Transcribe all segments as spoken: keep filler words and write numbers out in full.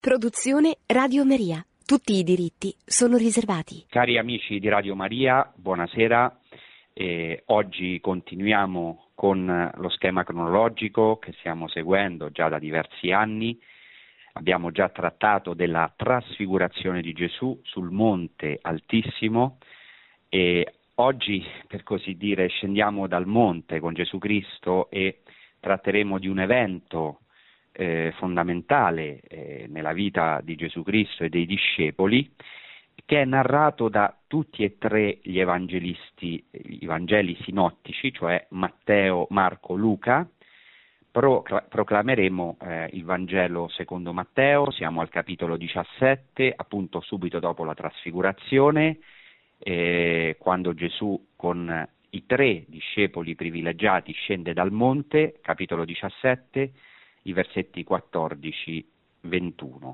Produzione Radio Maria. Tutti i diritti sono riservati. Cari amici di Radio Maria, buonasera. Eh, oggi continuiamo con lo schema cronologico che stiamo seguendo già da diversi anni. Abbiamo già trattato della trasfigurazione di Gesù sul Monte Altissimo e oggi, per così dire, scendiamo dal monte con Gesù Cristo e tratteremo di un evento Eh, fondamentale eh, nella vita di Gesù Cristo e dei discepoli, che è narrato da tutti e tre gli evangelisti, i Vangeli sinottici, cioè Matteo, Marco, Luca. Procla- proclameremo eh, il Vangelo secondo Matteo, siamo al capitolo diciassette, appunto subito dopo la trasfigurazione, eh, quando Gesù con i tre discepoli privilegiati scende dal monte, capitolo diciassette, i versetti quattordici ventuno.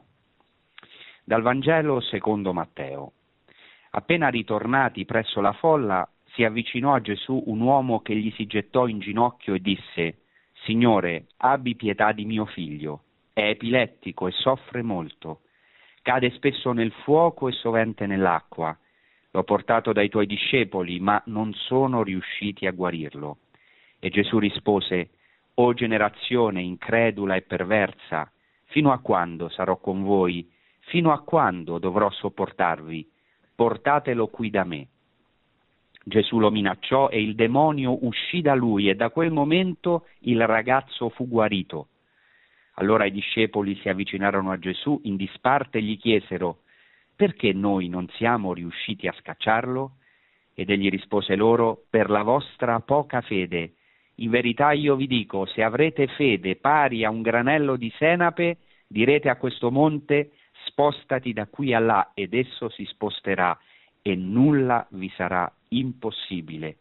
Dal Vangelo secondo Matteo. Appena ritornati presso la folla, si avvicinò a Gesù un uomo che gli si gettò in ginocchio e disse: «Signore, abbi pietà di mio figlio, è epilettico e soffre molto. Cade spesso nel fuoco e sovente nell'acqua. L'ho portato dai tuoi discepoli, ma non sono riusciti a guarirlo». E Gesù rispose: «O generazione incredula e perversa, fino a quando sarò con voi? Fino a quando dovrò sopportarvi? Portatelo qui da me». Gesù lo minacciò e il demonio uscì da lui e da quel momento il ragazzo fu guarito. Allora i discepoli si avvicinarono a Gesù in disparte e gli chiesero: «Perché noi non siamo riusciti a scacciarlo?» Ed egli rispose loro: «Per la vostra poca fede. In verità io vi dico, se avrete fede pari a un granello di senape, direte a questo monte: spostati da qui a là, ed esso si sposterà, e nulla vi sarà impossibile.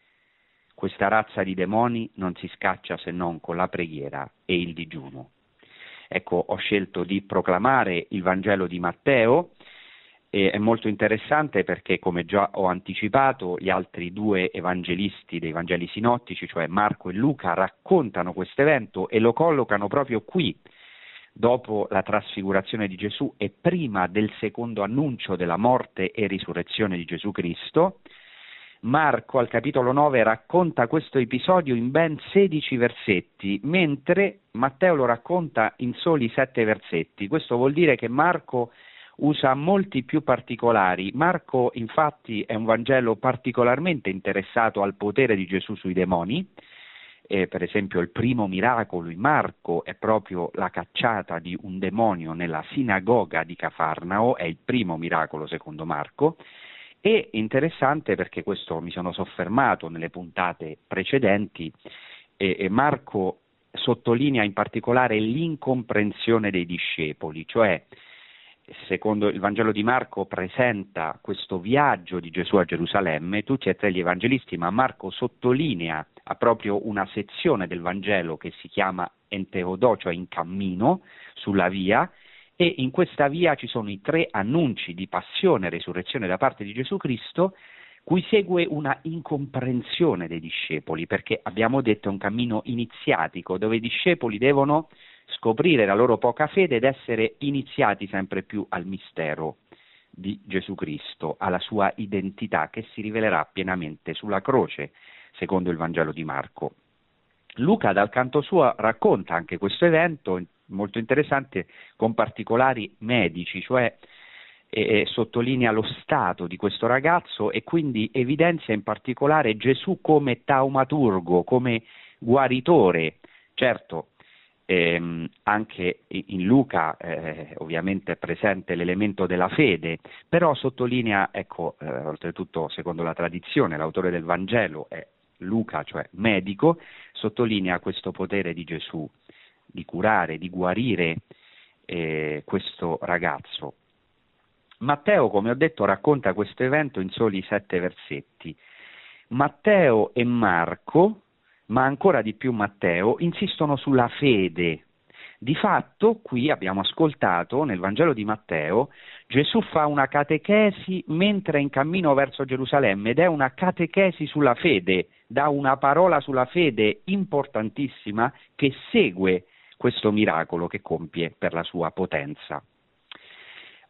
Questa razza di demoni non si scaccia se non con la preghiera e il digiuno». Ecco, ho scelto di proclamare il Vangelo di Matteo. E è molto interessante perché, come già ho anticipato, gli altri due evangelisti dei Vangeli sinottici, cioè Marco e Luca, raccontano questo evento e lo collocano proprio qui, dopo la trasfigurazione di Gesù e prima del secondo annuncio della morte e risurrezione di Gesù Cristo. Marco al capitolo nove racconta questo episodio in ben sedici versetti, mentre Matteo lo racconta in soli sette versetti. Questo vuol dire che Marco usa molti più particolari. Marco infatti è un Vangelo particolarmente interessato al potere di Gesù sui demoni. Eh, per esempio il primo miracolo in Marco è proprio la cacciata di un demonio nella sinagoga di Cafarnao, è il primo miracolo secondo Marco. E interessante perché questo mi sono soffermato nelle puntate precedenti, e, e Marco sottolinea in particolare l'incomprensione dei discepoli, cioè secondo il Vangelo di Marco presenta questo viaggio di Gesù a Gerusalemme, tutti e tre gli evangelisti, ma Marco sottolinea ha proprio una sezione del Vangelo che si chiama Enteodò, cioè in cammino, sulla via, e in questa via ci sono i tre annunci di passione e resurrezione da parte di Gesù Cristo, cui segue una incomprensione dei discepoli, perché abbiamo detto è un cammino iniziatico, dove i discepoli devono scoprire la loro poca fede ed essere iniziati sempre più al mistero di Gesù Cristo, alla sua identità che si rivelerà pienamente sulla croce, secondo il Vangelo di Marco. Luca dal canto suo racconta anche questo evento molto interessante con particolari medici, cioè e sottolinea lo stato di questo ragazzo e quindi evidenzia in particolare Gesù come taumaturgo, come guaritore. Certo, ehm, anche in Luca eh, ovviamente è presente l'elemento della fede, però sottolinea, ecco, eh, oltretutto secondo la tradizione l'autore del Vangelo è Luca, cioè medico, sottolinea questo potere di Gesù di curare, di guarire eh, questo ragazzo. Matteo, come ho detto, racconta questo evento in soli sette versetti. Matteo e Marco, ma ancora di più Matteo, insistono sulla fede. Di fatto, qui abbiamo ascoltato, nel Vangelo di Matteo, Gesù fa una catechesi mentre è in cammino verso Gerusalemme, ed è una catechesi sulla fede, dà una parola sulla fede importantissima che segue questo miracolo che compie per la sua potenza.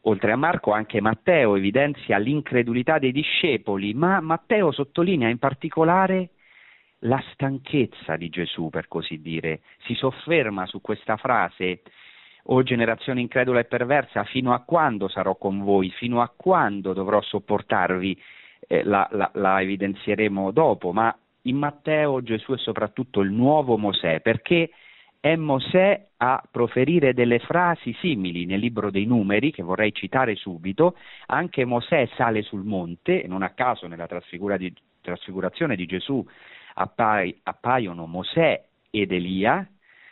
oltre a Marco anche Matteo evidenzia l'incredulità dei discepoli, ma Matteo sottolinea in particolare la stanchezza di Gesù, per così dire. Si sofferma su questa frase: o generazione incredula e perversa, fino a quando sarò con voi? Fino a quando dovrò sopportarvi? Eh, la, la, la evidenzieremo dopo, ma in Matteo Gesù è soprattutto il nuovo Mosè, perché è Mosè a proferire delle frasi simili nel libro dei Numeri, che vorrei citare subito. Anche Mosè sale sul monte, e non a caso nella trasfigura di, trasfigurazione di Gesù appai, appaiono Mosè ed Elia,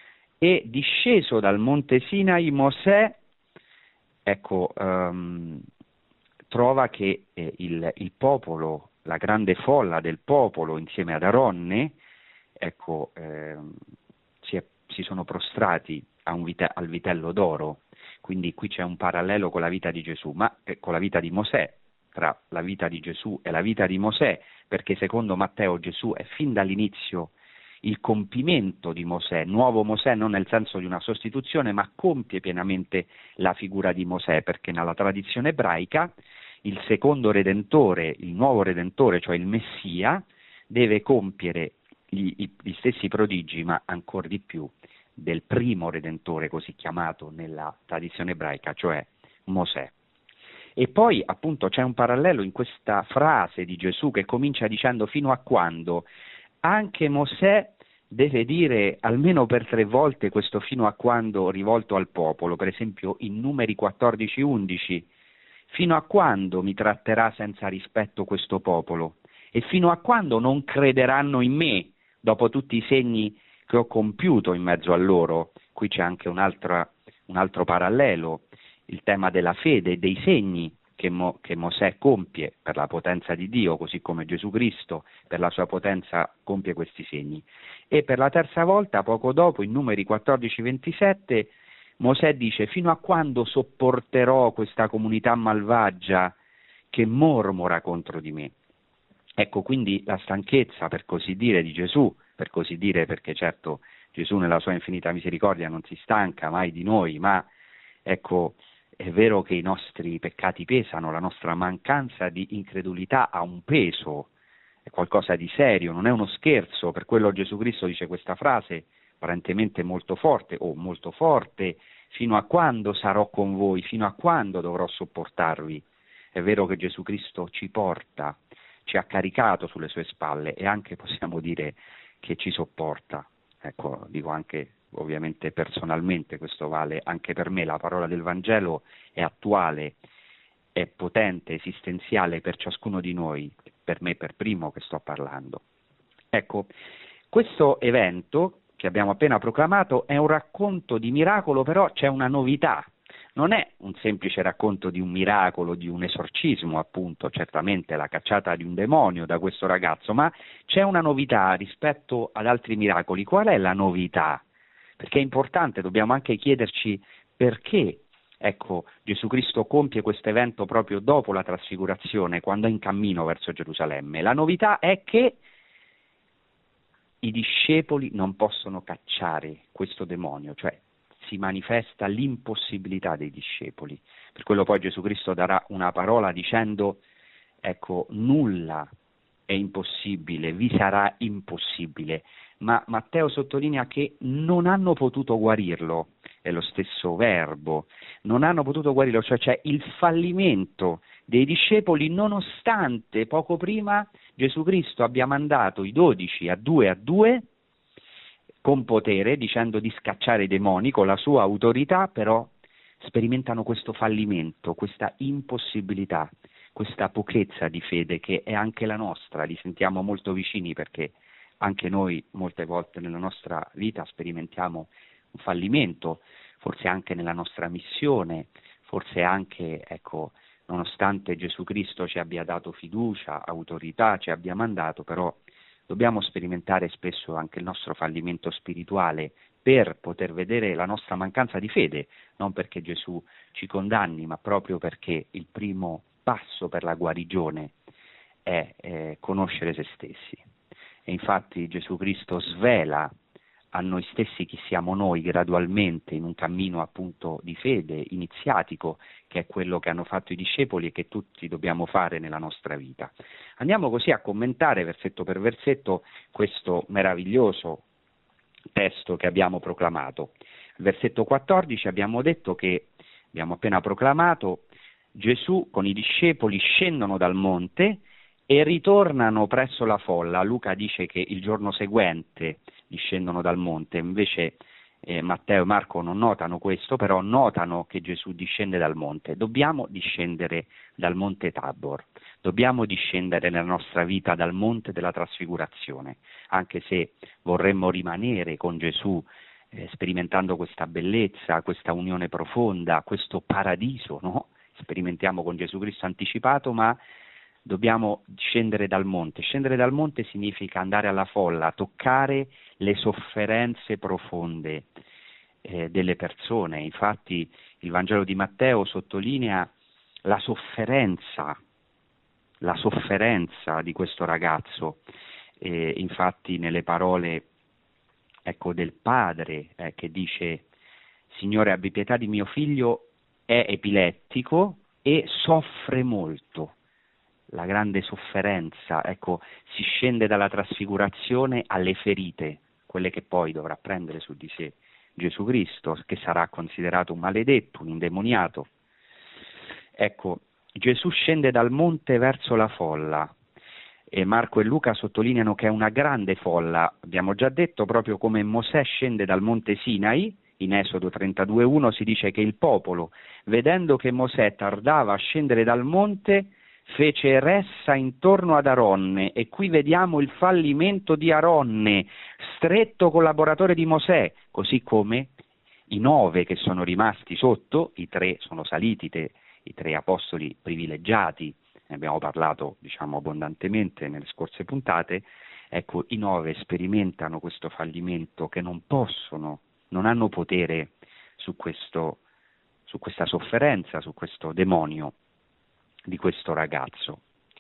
e disceso dal monte Sinai Mosè, ecco, um, trova che eh, il, il popolo, la grande folla del popolo insieme ad Aronne, ecco, eh, si, è, si sono prostrati a un vite, al vitello d'oro. Quindi qui c'è un parallelo con la vita di Gesù, ma eh, con la vita di Mosè, tra la vita di Gesù e la vita di Mosè, perché secondo Matteo Gesù è fin dall'inizio il compimento di Mosè, nuovo Mosè non nel senso di una sostituzione, ma compie pienamente la figura di Mosè, perché nella tradizione ebraica il secondo Redentore, il nuovo Redentore, cioè il Messia, deve compiere gli, gli stessi prodigi, ma ancor di più, del primo Redentore, così chiamato nella tradizione ebraica, cioè Mosè. E poi appunto c'è un parallelo in questa frase di Gesù che comincia dicendo: fino a quando? Anche Mosè deve dire almeno per tre volte questo fino a quando rivolto al popolo, per esempio in Numeri quattordici undici, fino a quando mi tratterà senza rispetto questo popolo? E fino a quando non crederanno in me dopo tutti i segni che ho compiuto in mezzo a loro? Qui c'è anche un'altra, un altro parallelo, il tema della fede e dei segni che, Mo, che Mosè compie per la potenza di Dio, così come Gesù Cristo per la sua potenza compie questi segni. E per la terza volta, poco dopo, in Numeri quattordici ventisette, Mosè dice: fino a quando sopporterò questa comunità malvagia che mormora contro di me? Ecco quindi la stanchezza, per così dire, di Gesù, per così dire, perché certo Gesù nella sua infinita misericordia non si stanca mai di noi, ma ecco, è vero che i nostri peccati pesano, la nostra mancanza di incredulità ha un peso, è qualcosa di serio, non è uno scherzo. Per quello Gesù Cristo dice questa frase apparentemente molto forte, o molto forte: fino a quando sarò con voi, fino a quando dovrò sopportarvi? È vero che Gesù Cristo ci porta, ci ha caricato sulle sue spalle, e anche possiamo dire che ci sopporta. Ecco, dico anche ovviamente personalmente, questo vale anche per me, la parola del Vangelo è attuale, è potente, esistenziale per ciascuno di noi, per me per primo che sto parlando. Ecco, questo evento che abbiamo appena proclamato è un racconto di miracolo, però c'è una novità. Non è un semplice racconto di un miracolo, di un esorcismo, appunto, certamente la cacciata di un demonio da questo ragazzo, ma c'è una novità rispetto ad altri miracoli. Qual è la novità? Perché è importante, dobbiamo anche chiederci perché, ecco, Gesù Cristo compie questo evento proprio dopo la trasfigurazione, quando è in cammino verso Gerusalemme. La novità è che i discepoli non possono cacciare questo demonio, cioè si manifesta l'impossibilità dei discepoli. Per quello poi Gesù Cristo darà una parola dicendo: ecco, nulla è impossibile, vi sarà impossibile. Ma Matteo sottolinea che non hanno potuto guarirlo, è lo stesso verbo, non hanno potuto guarirlo, cioè c'è il fallimento dei discepoli, nonostante poco prima Gesù Cristo abbia mandato i dodici a due a due con potere, dicendo di scacciare i demoni con la sua autorità, però sperimentano questo fallimento, questa impossibilità, questa pochezza di fede che è anche la nostra. Li sentiamo molto vicini, perché anche noi molte volte nella nostra vita sperimentiamo un fallimento, forse anche nella nostra missione, forse anche, ecco, nonostante Gesù Cristo ci abbia dato fiducia, autorità, ci abbia mandato, però dobbiamo sperimentare spesso anche il nostro fallimento spirituale per poter vedere la nostra mancanza di fede, non perché Gesù ci condanni, ma proprio perché il primo passo per la guarigione è eh, conoscere se stessi. E infatti Gesù Cristo svela a noi stessi chi siamo noi gradualmente in un cammino appunto di fede iniziatico, che è quello che hanno fatto i discepoli e che tutti dobbiamo fare nella nostra vita. Andiamo così a commentare versetto per versetto questo meraviglioso testo che abbiamo proclamato. Versetto quattordici abbiamo detto che, abbiamo appena proclamato, Gesù con i discepoli scendono dal monte e ritornano presso la folla. Luca dice che il giorno seguente discendono dal monte, invece eh, Matteo e Marco non notano questo, però notano che Gesù discende dal monte. Dobbiamo discendere dal monte Tabor, dobbiamo discendere nella nostra vita dal monte della trasfigurazione, anche se vorremmo rimanere con Gesù eh, sperimentando questa bellezza, questa unione profonda, questo paradiso, no? Sperimentiamo con Gesù Cristo anticipato, ma dobbiamo scendere dal monte. Scendere dal monte significa andare alla folla, toccare le sofferenze profonde eh, delle persone. Infatti il Vangelo di Matteo sottolinea la sofferenza, la sofferenza di questo ragazzo. Eh, infatti nelle parole ecco, del padre eh, che dice: Signore, abbi pietà di mio figlio, è epilettico e soffre molto. La grande sofferenza, ecco, si scende dalla trasfigurazione alle ferite, quelle che poi dovrà prendere su di sé Gesù Cristo, che sarà considerato un maledetto, un indemoniato. Ecco, Gesù scende dal monte verso la folla, e Marco e Luca sottolineano che è una grande folla. Abbiamo già detto, proprio come Mosè scende dal monte Sinai, in Esodo trentadue uno si dice che il popolo, vedendo che Mosè tardava a scendere dal monte, fece ressa intorno ad Aronne, e qui vediamo il fallimento di Aronne, stretto collaboratore di Mosè, così come i nove che sono rimasti sotto, i tre sono saliti, te, i tre apostoli privilegiati, ne abbiamo parlato diciamo abbondantemente nelle scorse puntate. Ecco, i nove sperimentano questo fallimento, che non possono, non hanno potere su questo, su questa sofferenza, su questo demonio di questo ragazzo.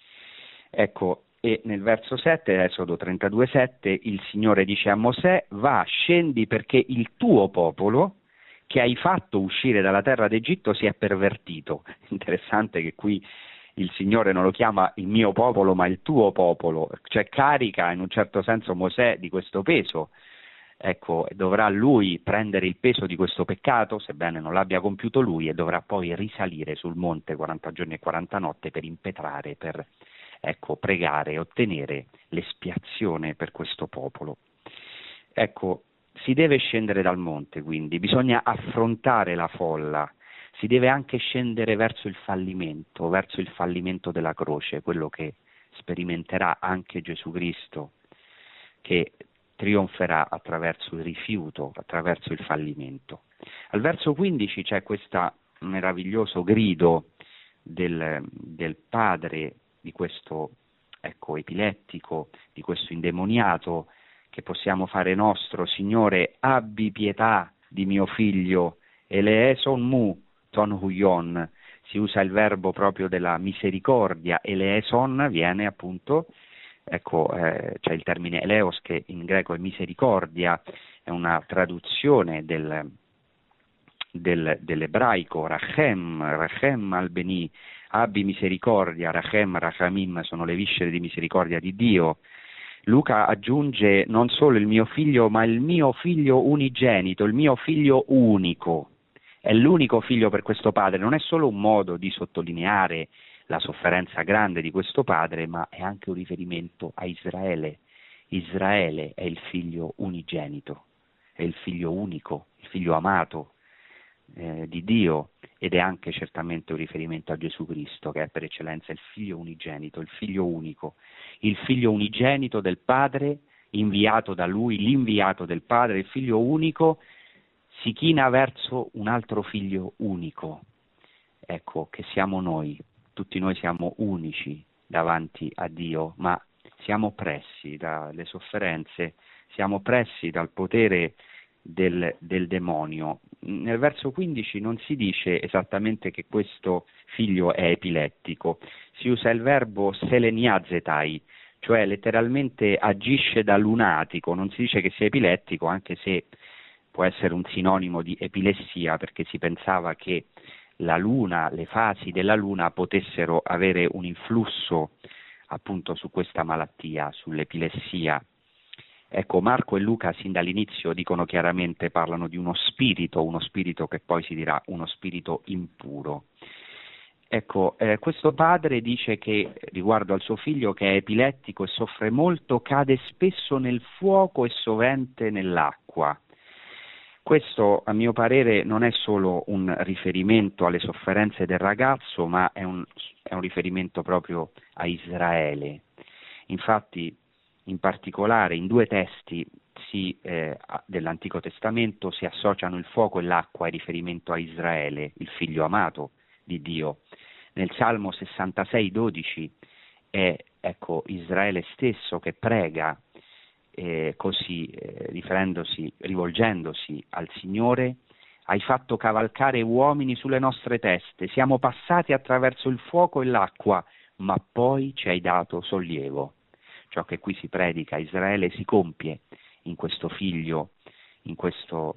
Ecco, e nel verso sette, Esodo trentadue sette, il Signore dice a Mosè: va, scendi, perché il tuo popolo che hai fatto uscire dalla terra d'Egitto si è pervertito. Interessante che qui il Signore non lo chiama il mio popolo ma il tuo popolo, cioè carica in un certo senso Mosè di questo peso. Ecco, dovrà lui prendere il peso di questo peccato, sebbene non l'abbia compiuto lui, e dovrà poi risalire sul monte quaranta giorni e quaranta notti per impetrare, per ecco, pregare e ottenere l'espiazione per questo popolo. Ecco, si deve scendere dal monte, quindi bisogna affrontare la folla, si deve anche scendere verso il fallimento, verso il fallimento della croce, quello che sperimenterà anche Gesù Cristo, che trionferà attraverso il rifiuto, attraverso il fallimento. Al verso quindici c'è questo meraviglioso grido del, del padre di questo ecco, epilettico, di questo indemoniato, che possiamo fare nostro: Signore, abbi pietà di mio figlio, eleeson mu ton huion. Si usa il verbo proprio della misericordia, eleeson viene appunto, ecco, eh, c'è il termine eleos che in greco è misericordia, è una traduzione del, del, dell'ebraico, rachem, rachem al-beni, abbi misericordia, rachem, rachamim sono le viscere di misericordia di Dio. Luca aggiunge non solo il mio figlio, ma il mio figlio unigenito, il mio figlio unico. È l'unico figlio per questo padre, non è solo un modo di sottolineare la sofferenza grande di questo padre, ma è anche un riferimento a Israele. Israele è il figlio unigenito, è il figlio unico, il figlio amato eh, di Dio, ed è anche certamente un riferimento a Gesù Cristo, che è per eccellenza il figlio unigenito, il figlio unico, il figlio unigenito del Padre, inviato da Lui, l'inviato del Padre, il figlio unico, si china verso un altro figlio unico. Ecco, che siamo noi. Tutti noi siamo unici davanti a Dio, ma siamo oppressi dalle sofferenze, siamo oppressi dal potere del, del demonio. Nel verso quindici non si dice esattamente che questo figlio è epilettico, si usa il verbo seleniazetai, cioè letteralmente agisce da lunatico, non si dice che sia epilettico, anche se può essere un sinonimo di epilessia, perché si pensava che la luna, le fasi della luna potessero avere un influsso appunto su questa malattia, sull'epilessia. Ecco, Marco e Luca sin dall'inizio dicono chiaramente, parlano di uno spirito, uno spirito che poi si dirà uno spirito impuro. Ecco, eh, questo padre dice che riguardo al suo figlio che è epilettico e soffre molto, cade spesso nel fuoco e sovente nell'acqua. Questo, a mio parere, non è solo un riferimento alle sofferenze del ragazzo, ma è un, è un riferimento proprio a Israele. Infatti, in particolare, in due testi si, eh, dell'Antico Testamento si associano il fuoco e l'acqua in riferimento a Israele, il figlio amato di Dio. Nel Salmo sessantasei dodici è ecco, Israele stesso che prega eh, così, eh, riferendosi, rivolgendosi al Signore: hai fatto cavalcare uomini sulle nostre teste, siamo passati attraverso il fuoco e l'acqua, ma poi ci hai dato sollievo. Ciò che qui si predica a Israele si compie in questo figlio, in questo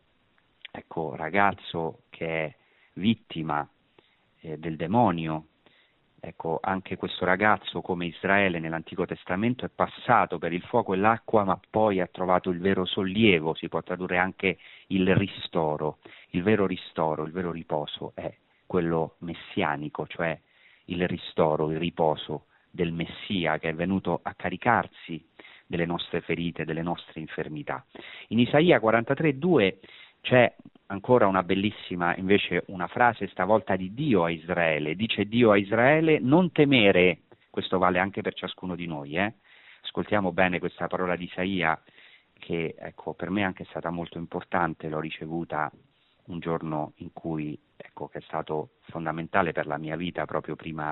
ecco, ragazzo che è vittima eh, del demonio. Ecco, anche questo ragazzo, come Israele nell'Antico Testamento, è passato per il fuoco e l'acqua, ma poi ha trovato il vero sollievo, si può tradurre anche il ristoro. Il vero ristoro, il vero riposo è quello messianico, cioè il ristoro, il riposo del Messia che è venuto a caricarsi delle nostre ferite, delle nostre infermità. In Isaia quarantatré due c'è ancora una bellissima, invece, una frase stavolta di Dio a Israele. Dice Dio a Israele: non temere. Questo vale anche per ciascuno di noi. Eh? Ascoltiamo bene questa parola di Isaia, che ecco, per me anche è stata molto importante. L'ho ricevuta un giorno in cui, ecco, che è stato fondamentale per la mia vita, proprio prima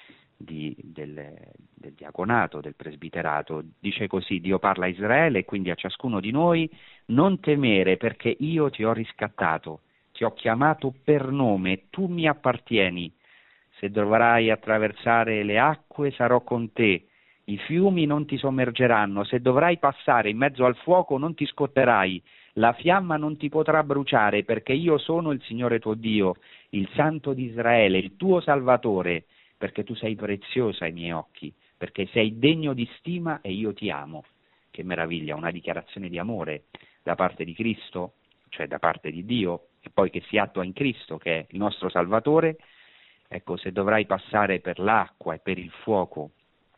Di, del, del diaconato, del presbiterato. Dice così: Dio parla a Israele e quindi a ciascuno di noi: non temere, perché io ti ho riscattato, ti ho chiamato per nome, tu mi appartieni. Se dovrai attraversare le acque sarò con te, i fiumi non ti sommergeranno, se dovrai passare in mezzo al fuoco non ti scotterai, la fiamma non ti potrà bruciare, perché io sono il Signore tuo Dio, il Santo di Israele, il tuo Salvatore, perché tu sei preziosa ai miei occhi, perché sei degno di stima e io ti amo. Che meraviglia, una dichiarazione di amore da parte di Cristo, cioè da parte di Dio, e poi che si attua in Cristo, che è il nostro Salvatore. Ecco, se dovrai passare per l'acqua e per il fuoco,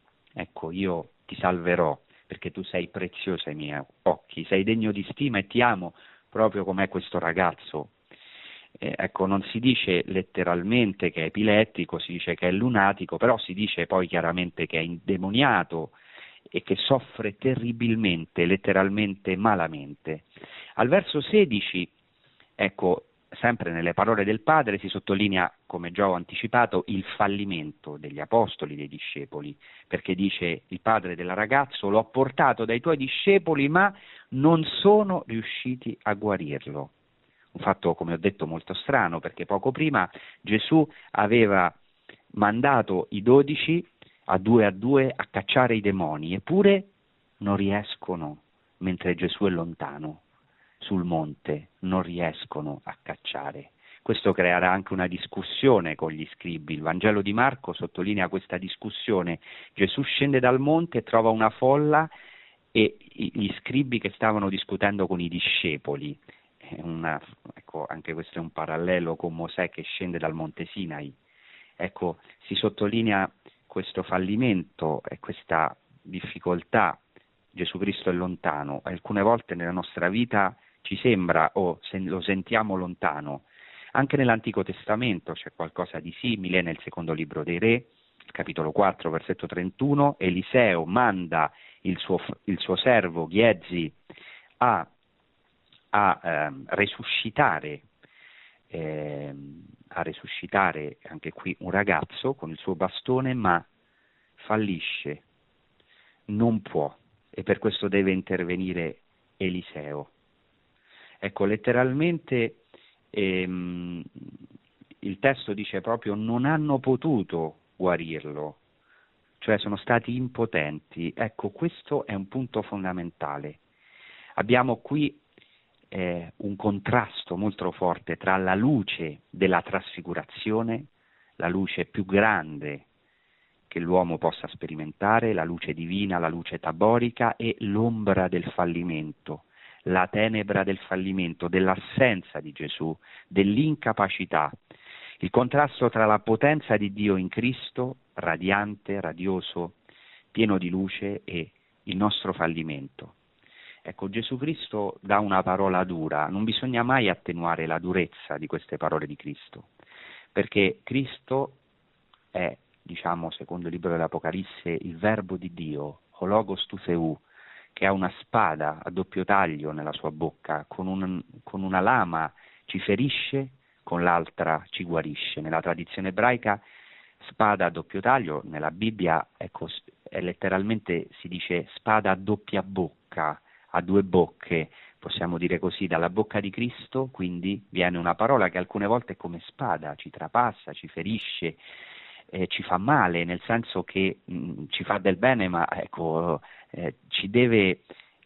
ecco, io ti salverò, perché tu sei preziosa ai miei occhi, sei degno di stima e ti amo, proprio come questo ragazzo. Eh, ecco, non si dice letteralmente che è epilettico, si dice che è lunatico, però si dice poi chiaramente che è indemoniato e che soffre terribilmente, letteralmente malamente. Al verso sedici, ecco, sempre nelle parole del padre si sottolinea, come già ho anticipato, il fallimento degli apostoli, dei discepoli, perché dice il padre del ragazzo: l'ho portato dai tuoi discepoli, ma non sono riusciti a guarirlo. Un fatto, come ho detto, molto strano, perché poco prima Gesù aveva mandato i dodici a due a due a cacciare i demoni, eppure non riescono, mentre Gesù è lontano sul monte, non riescono a cacciare. Questo creerà anche una discussione con gli scribi. Il Vangelo di Marco sottolinea questa discussione. Gesù scende dal monte e trova una folla e gli scribi che stavano discutendo con i discepoli. Una, ecco, anche questo è un parallelo con Mosè che scende dal monte Sinai. Ecco, si sottolinea questo fallimento e questa difficoltà. Gesù Cristo è lontano. Alcune volte nella nostra vita ci sembra o se lo sentiamo lontano. Anche nell'Antico Testamento c'è qualcosa di simile. Nel secondo libro dei Re, capitolo quattro, versetto trentuno, Eliseo manda il suo, il suo servo Ghiezi a a ehm, resuscitare ehm, a resuscitare anche qui un ragazzo con il suo bastone, ma fallisce, non può, e per questo deve intervenire Eliseo. Ecco, letteralmente ehm, il testo dice proprio: non hanno potuto guarirlo, cioè sono stati impotenti. Ecco, questo è un punto fondamentale. Abbiamo qui eh, un contrasto molto forte tra la luce della trasfigurazione, la luce più grande che l'uomo possa sperimentare, la luce divina, la luce taborica, e l'ombra del fallimento, la tenebra del fallimento, dell'assenza di Gesù, dell'incapacità. Il contrasto tra la potenza di Dio in Cristo, radiante, radioso, pieno di luce, e il nostro fallimento. Ecco, Gesù Cristo dà una parola dura, non bisogna mai attenuare la durezza di queste parole di Cristo, perché Cristo è, diciamo, secondo il libro dell'Apocalisse, il verbo di Dio, o logos tu seu, che ha una spada a doppio taglio nella sua bocca, con, un, con una lama ci ferisce, con l'altra ci guarisce. Nella tradizione ebraica spada a doppio taglio, nella Bibbia ecco, è letteralmente si dice spada a doppia bocca, a due bocche, possiamo dire così. Dalla bocca di Cristo quindi viene una parola che alcune volte è come spada, ci trapassa, ci ferisce, eh, ci fa male, nel senso che mh, ci fa del bene, ma ecco, eh, ci deve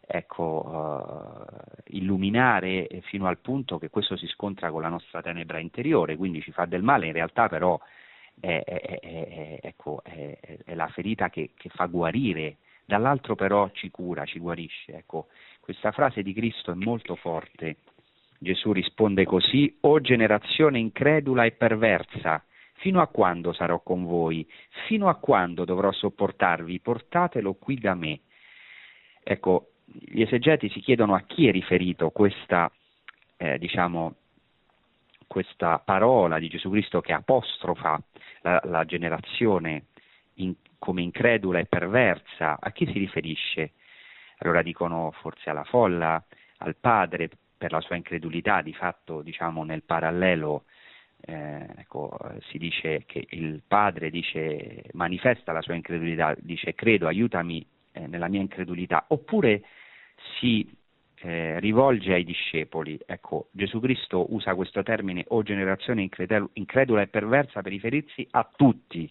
ecco, uh, illuminare fino al punto che questo si scontra con la nostra tenebra interiore, quindi ci fa del male, in realtà però è, è, è, è, ecco, è, è la ferita che, che fa guarire, dall'altro però ci cura, ci guarisce. Ecco, questa frase di Cristo è molto forte. Gesù risponde così: o generazione incredula e perversa, fino a quando sarò con voi? Fino a quando dovrò sopportarvi? Portatelo qui da me. Ecco, gli esegeti si chiedono a chi è riferito questa, eh, diciamo, questa parola di Gesù Cristo che apostrofa la, la generazione in, come incredula e perversa. A chi si riferisce? Allora dicono forse alla folla, al padre per la sua incredulità. Di fatto, diciamo, nel parallelo eh, ecco, si dice che il padre dice, manifesta la sua incredulità, dice credo, aiutami eh, nella mia incredulità, oppure si eh, rivolge ai discepoli. Ecco, Gesù Cristo usa questo termine, o generazione incredula e perversa, per riferirsi a tutti,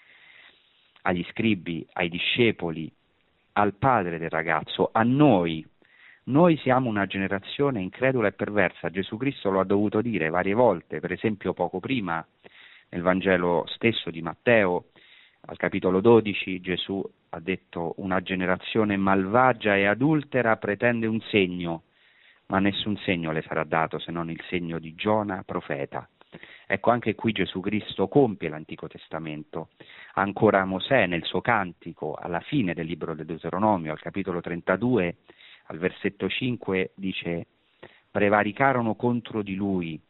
agli scribi, ai discepoli, al padre del ragazzo, a noi. Noi siamo una generazione incredula e perversa. Gesù Cristo lo ha dovuto dire varie volte, per esempio poco prima nel Vangelo stesso di Matteo, al capitolo dodici, Gesù ha detto: una generazione malvagia e adultera pretende un segno, ma nessun segno le sarà dato se non il segno di Giona profeta. Ecco, anche qui Gesù Cristo compie l'Antico Testamento. Ancora Mosè nel suo cantico, alla fine del libro del Deuteronomio, al capitolo trentadue, al versetto cinque, dice: prevaricarono contro di lui,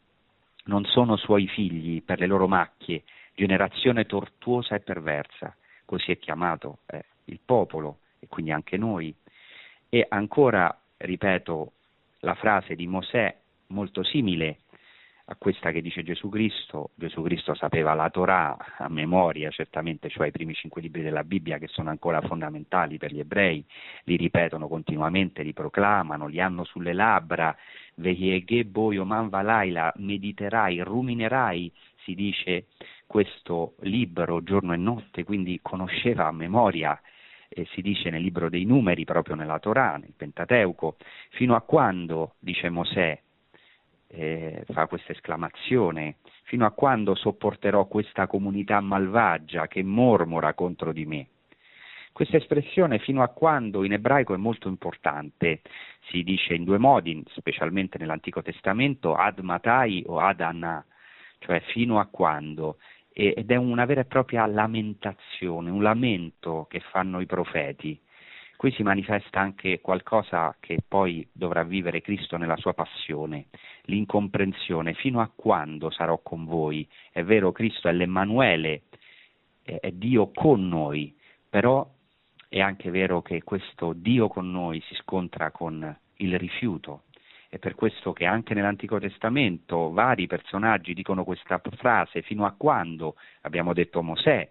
non sono suoi figli per le loro macchie, generazione tortuosa e perversa. Così è chiamato eh, il popolo, e quindi anche noi. E ancora, ripeto, la frase di Mosè, molto simile a questa che dice Gesù Cristo. Gesù Cristo sapeva la Torah a memoria, certamente, cioè i primi cinque libri della Bibbia, che sono ancora fondamentali per gli ebrei, li ripetono continuamente, li proclamano, li hanno sulle labbra. Vehieghe boio man valaila, mediterai, ruminerai, si dice questo libro giorno e notte, quindi conosceva a memoria, e si dice nel libro dei Numeri, proprio nella Torah, nel Pentateuco. Fino a quando, dice Mosè, Eh, fa questa esclamazione, fino a quando sopporterò questa comunità malvagia che mormora contro di me? Questa espressione fino a quando in ebraico è molto importante, si dice in due modi, specialmente nell'Antico Testamento, ad matai o ad anà, cioè fino a quando, ed è una vera e propria lamentazione, un lamento che fanno i profeti. Qui si manifesta anche qualcosa che poi dovrà vivere Cristo nella sua passione, l'incomprensione. Fino a quando sarò con voi? È vero, Cristo è l'Emmanuele, è Dio con noi, però è anche vero che questo Dio con noi si scontra con il rifiuto. È per questo che anche nell'Antico Testamento vari personaggi dicono questa frase, fino a quando. Abbiamo detto Mosè,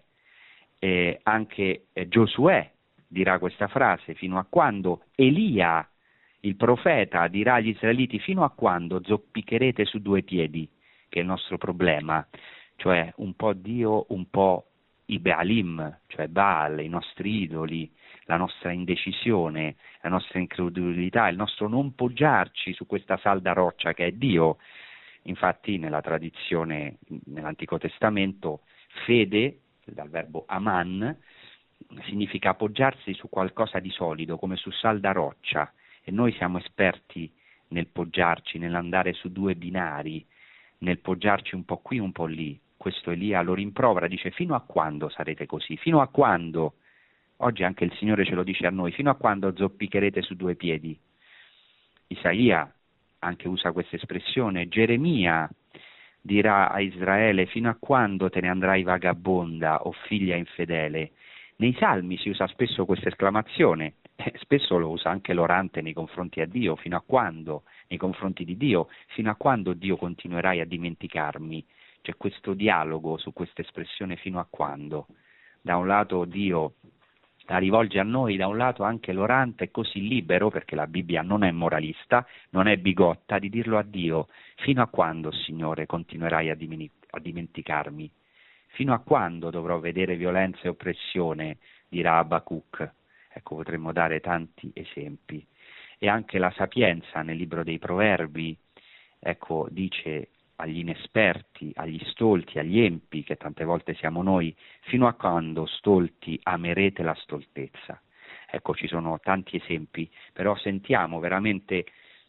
e anche Giosuè dirà questa frase, fino a quando. Elia, il profeta, dirà agli israeliti: fino a quando zoppicherete su due piedi, che è il nostro problema, cioè un po' Dio, un po' i Baalim, cioè Baal, i nostri idoli, la nostra indecisione, la nostra incredulità, il nostro non poggiarci su questa salda roccia che è Dio. Infatti nella tradizione, nell'Antico Testamento, fede, dal verbo aman, significa appoggiarsi su qualcosa di solido, come su salda roccia, e noi siamo esperti nel poggiarci, nell'andare su due binari, nel poggiarci un po' qui, un po' lì. Questo Elia lo rimprovera, dice: fino a quando sarete così? Fino a quando? Oggi anche il Signore ce lo dice a noi: fino a quando zoppicherete su due piedi? Isaia anche usa questa espressione, Geremia dirà a Israele: fino a quando te ne andrai vagabonda, o figlia infedele? Nei Salmi si usa spesso questa esclamazione, eh, spesso lo usa anche l'orante nei confronti a Dio: fino a quando? Nei confronti di Dio, fino a quando, Dio, continuerai a dimenticarmi? C'è questo dialogo su questa espressione fino a quando. Da un lato Dio la rivolge a noi, da un lato anche l'orante è così libero, perché la Bibbia non è moralista, non è bigotta, di dirlo a Dio: fino a quando, Signore, continuerai a, dimeni- a dimenticarmi? Fino a quando dovrò vedere violenza e oppressione? Dirà Abacuc. Ecco, potremmo dare tanti esempi. E anche la Sapienza nel libro dei Proverbi, ecco, dice agli inesperti, agli stolti, agli empi, che tante volte siamo noi: fino a quando, stolti, amerete la stoltezza? Ecco, ci sono tanti esempi, però sentiamo veramente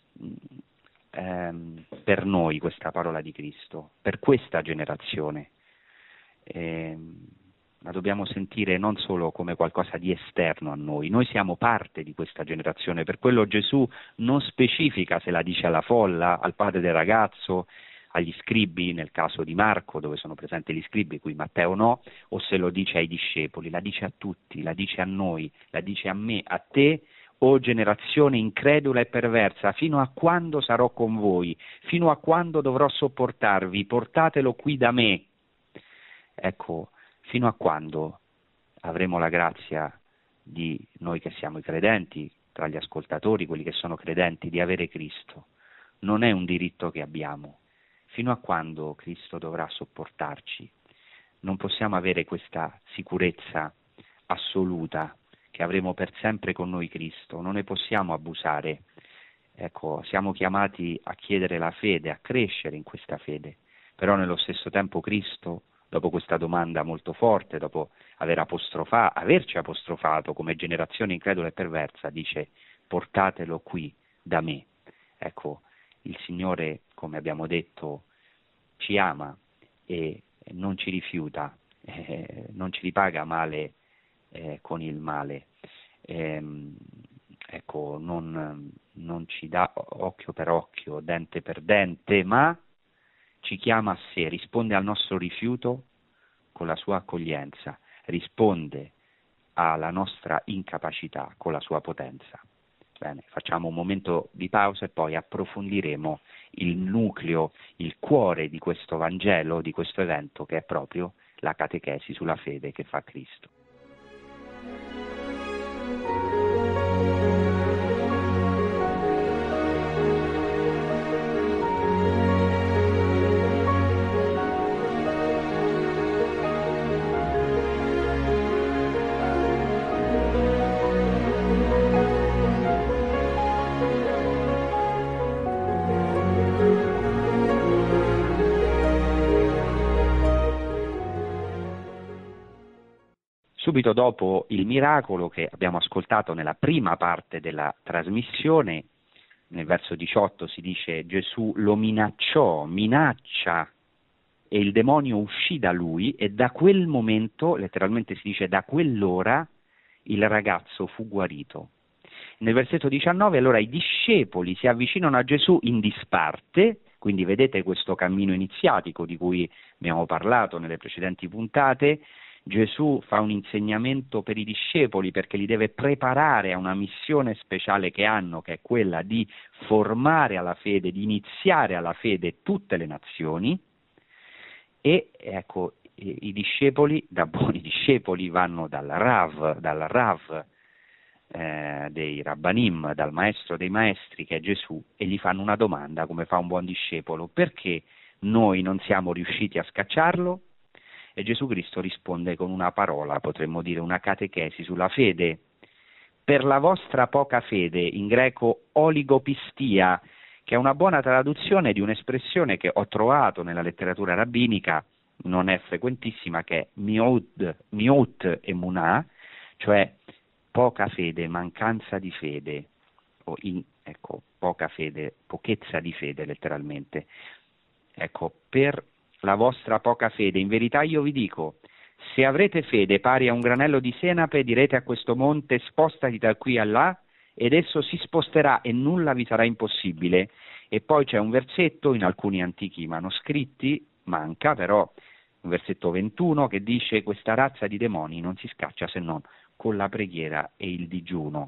ehm, per noi questa parola di Cristo, per questa generazione. Ehm, la dobbiamo sentire non solo come qualcosa di esterno a noi, noi siamo parte di questa generazione, per quello Gesù non specifica se la dice alla folla, al padre del ragazzo, agli scribi, nel caso di Marco dove sono presenti gli scribi, qui Matteo no, o se lo dice ai discepoli, la dice a tutti, la dice a noi, la dice a me, a te, o generazione incredula e perversa: fino a quando sarò con voi? Fino a quando dovrò sopportarvi? Portatelo qui da me. Ecco, fino a quando avremo la grazia di noi che siamo i credenti, tra gli ascoltatori, quelli che sono credenti, di avere Cristo? Non è un diritto che abbiamo. Fino a quando Cristo dovrà sopportarci? Non possiamo avere questa sicurezza assoluta che avremo per sempre con noi Cristo, non ne possiamo abusare. Ecco, siamo chiamati a chiedere la fede, a crescere in questa fede, però nello stesso tempo Cristo, dopo questa domanda molto forte, dopo aver apostrofa, averci apostrofato come generazione incredula e perversa, dice: portatelo qui da me. Ecco, il Signore, come abbiamo detto, ci ama e non ci rifiuta, eh, non ci ripaga male eh, con il male. Ehm, ecco, non, non ci dà occhio per occhio, dente per dente, ma ci chiama a sé, risponde al nostro rifiuto con la sua accoglienza, risponde alla nostra incapacità con la sua potenza. Bene, facciamo un momento di pausa e poi approfondiremo il nucleo, il cuore di questo Vangelo, di questo evento, che è proprio la catechesi sulla fede che fa Cristo. Subito dopo il miracolo che abbiamo ascoltato nella prima parte della trasmissione, nel verso diciotto si dice: Gesù lo minacciò, minaccia, e il demonio uscì da lui, e da quel momento, letteralmente si dice da quell'ora, il ragazzo fu guarito. Nel versetto diciannove allora i discepoli si avvicinano a Gesù in disparte, quindi vedete questo cammino iniziatico di cui abbiamo parlato nelle precedenti puntate. Gesù fa un insegnamento per i discepoli perché li deve preparare a una missione speciale che hanno, che è quella di formare alla fede, di iniziare alla fede tutte le nazioni. E ecco, i, i discepoli, da buoni discepoli, vanno dal Rav, dal Rav eh, dei Rabbanim, dal maestro dei maestri che è Gesù, e gli fanno una domanda, come fa un buon discepolo: perché noi non siamo riusciti a scacciarlo? E Gesù Cristo risponde con una parola, potremmo dire una catechesi sulla fede. Per la vostra poca fede, in greco oligopistia, che è una buona traduzione di un'espressione che ho trovato nella letteratura rabbinica, non è frequentissima, che è miut, miut emunah, cioè poca fede, mancanza di fede, o in, ecco, poca fede, pochezza di fede letteralmente. Ecco, per la vostra poca fede, in verità io vi dico, se avrete fede pari a un granello di senape, direte a questo monte spostati da qui a là, ed esso si sposterà e nulla vi sarà impossibile. E poi c'è un versetto in alcuni antichi manoscritti, manca però, un versetto ventuno, che dice: questa razza di demoni non si scaccia se non con la preghiera e il digiuno.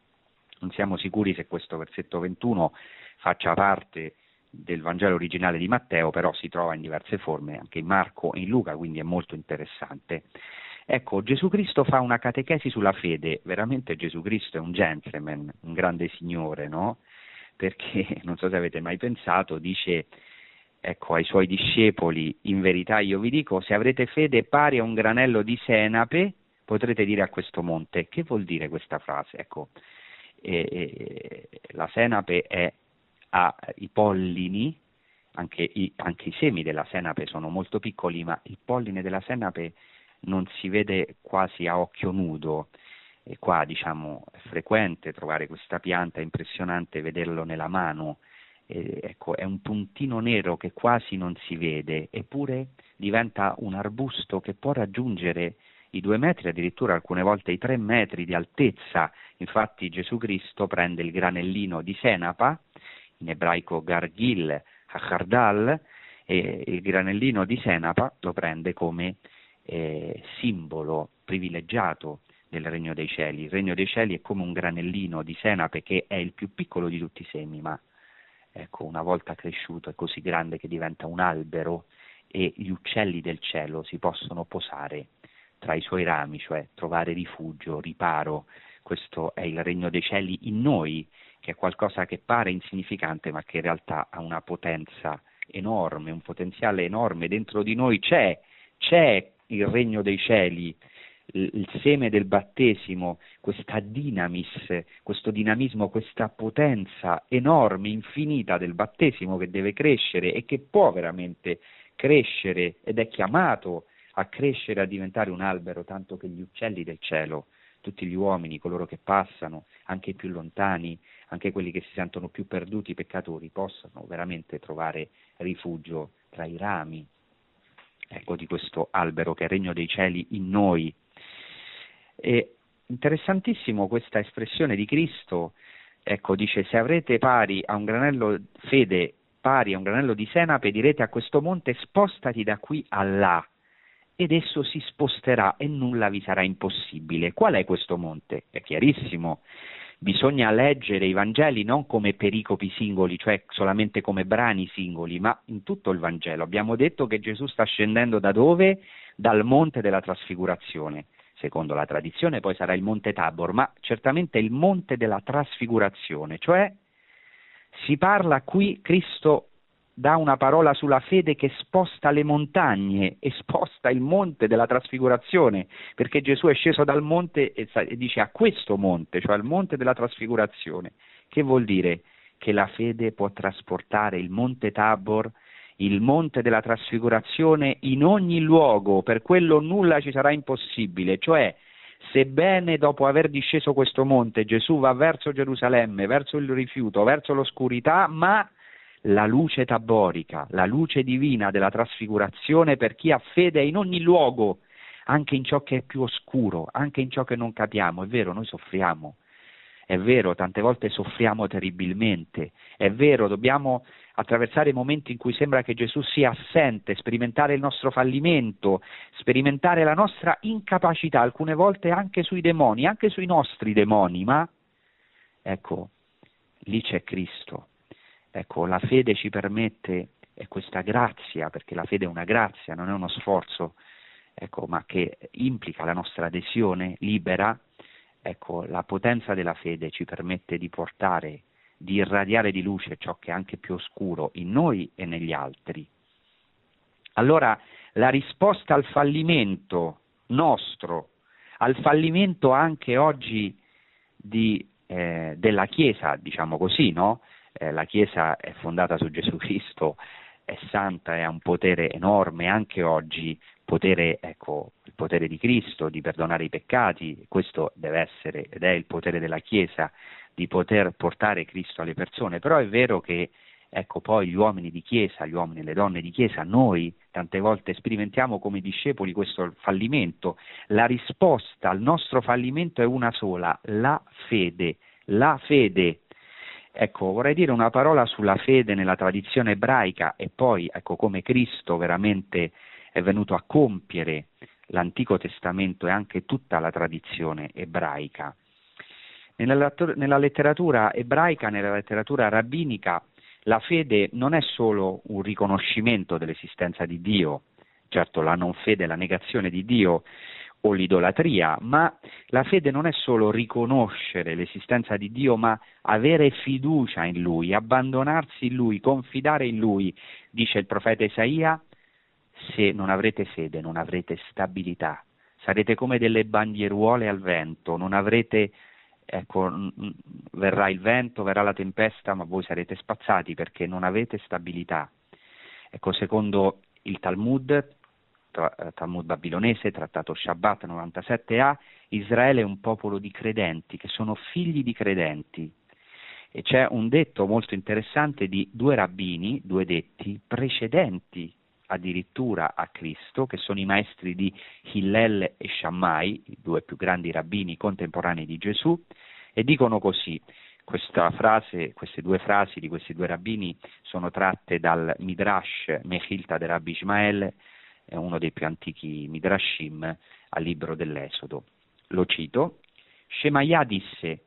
Non siamo sicuri se questo versetto ventuno faccia parte del Vangelo originale di Matteo, però si trova in diverse forme anche in Marco e in Luca, quindi è molto interessante. Ecco, Gesù Cristo fa una catechesi sulla fede, veramente Gesù Cristo è un gentleman, un grande signore, no? Perché, non so se avete mai pensato, dice, ecco, ai suoi discepoli: in verità io vi dico, se avrete fede pari a un granello di senape, potrete dire a questo monte. Che vuol dire questa frase? Ecco, eh, eh, la senape è ha i pollini, anche i, anche i semi della senape sono molto piccoli, ma il polline della senape non si vede quasi a occhio nudo, e qua diciamo è frequente trovare questa pianta, è impressionante vederlo nella mano, e, ecco, è un puntino nero che quasi non si vede, eppure diventa un arbusto che può raggiungere i due metri, addirittura alcune volte i tre metri di altezza. Infatti Gesù Cristo prende il granellino di senapa, in ebraico gargil, hachardal, e il granellino di senapa lo prende come eh, simbolo privilegiato del Regno dei Cieli. Il Regno dei Cieli è come un granellino di senape che è il più piccolo di tutti i semi, ma ecco, una volta cresciuto è così grande che diventa un albero e gli uccelli del cielo si possono posare tra i suoi rami, cioè trovare rifugio, riparo. Questo è il Regno dei Cieli in noi, che è qualcosa che pare insignificante ma che in realtà ha una potenza enorme, un potenziale enorme. Dentro di noi c'è, c'è il Regno dei Cieli, il seme del battesimo, questa dinamis, questo dinamismo, questa potenza enorme, infinita del battesimo che deve crescere e che può veramente crescere ed è chiamato a crescere, a diventare un albero, tanto che gli uccelli del cielo, tutti gli uomini, coloro che passano, anche i più lontani, anche quelli che si sentono più perduti, peccatori, possano veramente trovare rifugio tra i rami, ecco, di questo albero che è il Regno dei Cieli in noi. È interessantissimo questa espressione di Cristo, ecco, dice: se avrete pari a un granello fede pari a un granello di senape, direte a questo monte spostati da qui a là, ed esso si sposterà e nulla vi sarà impossibile. Qual è questo monte? È chiarissimo. Bisogna leggere i Vangeli non come pericopi singoli, cioè solamente come brani singoli, ma in tutto il Vangelo. Abbiamo detto che Gesù sta scendendo da dove? Dal monte della trasfigurazione. Secondo la tradizione poi sarà il monte Tabor, ma certamente il monte della trasfigurazione, cioè si parla qui, Cristo dà una parola sulla fede che sposta le montagne e sposta il monte della trasfigurazione, perché Gesù è sceso dal monte e, e dice a questo monte, cioè al monte della trasfigurazione. Che vuol dire? Che la fede può trasportare il monte Tabor, il monte della trasfigurazione in ogni luogo, per quello nulla ci sarà impossibile, cioè sebbene dopo aver disceso questo monte Gesù va verso Gerusalemme, verso il rifiuto, verso l'oscurità, ma la luce taborica, la luce divina della trasfigurazione per chi ha fede è in ogni luogo, anche in ciò che è più oscuro, anche in ciò che non capiamo. È vero, noi soffriamo, è vero, tante volte soffriamo terribilmente, è vero, dobbiamo attraversare momenti in cui sembra che Gesù sia assente, sperimentare il nostro fallimento, sperimentare la nostra incapacità, alcune volte anche sui demoni, anche sui nostri demoni, ma ecco, lì c'è Cristo. Ecco, la fede ci permette, è questa grazia, perché la fede è una grazia, non è uno sforzo, ecco, ma che implica la nostra adesione libera. Ecco, la potenza della fede ci permette di portare, di irradiare di luce ciò che è anche più oscuro in noi e negli altri. Allora, la risposta al fallimento nostro, al fallimento anche oggi di, eh, della Chiesa, diciamo così, no? Eh, la Chiesa è fondata su Gesù Cristo, è santa e ha un potere enorme, anche oggi potere, ecco, il potere di Cristo di perdonare i peccati, questo deve essere ed è il potere della Chiesa di poter portare Cristo alle persone, però è vero che ecco poi gli uomini di Chiesa, gli uomini e le donne di Chiesa, noi tante volte sperimentiamo come discepoli questo fallimento. La risposta al nostro fallimento è una sola, la fede, la fede. Ecco, vorrei dire una parola sulla fede nella tradizione ebraica e poi ecco come Cristo veramente è venuto a compiere l'Antico Testamento e anche tutta la tradizione ebraica. Nella, nella letteratura ebraica, nella letteratura rabbinica, la fede non è solo un riconoscimento dell'esistenza di Dio, certo la non fede, la negazione di Dio o l'idolatria, ma la fede non è solo riconoscere l'esistenza di Dio, ma avere fiducia in Lui, abbandonarsi in Lui, confidare in Lui. Dice il profeta Isaia: se non avrete fede non avrete stabilità, sarete come delle bandieruole al vento, non avrete, ecco, verrà il vento, verrà la tempesta, ma voi sarete spazzati perché non avete stabilità. Ecco, secondo il Talmud, Talmud babilonese, trattato Shabbat novantasette a, Israele è un popolo di credenti, che sono figli di credenti. E c'è un detto molto interessante di due rabbini, due detti, precedenti addirittura a Cristo, che sono i maestri di Hillel e Shammai, i due più grandi rabbini contemporanei di Gesù, e dicono così. Questa frase, queste due frasi di questi due rabbini sono tratte dal Midrash Mechilta de Rabbi Ishmael, è uno dei più antichi Midrashim al libro dell'Esodo. Lo cito: Shemaiah disse: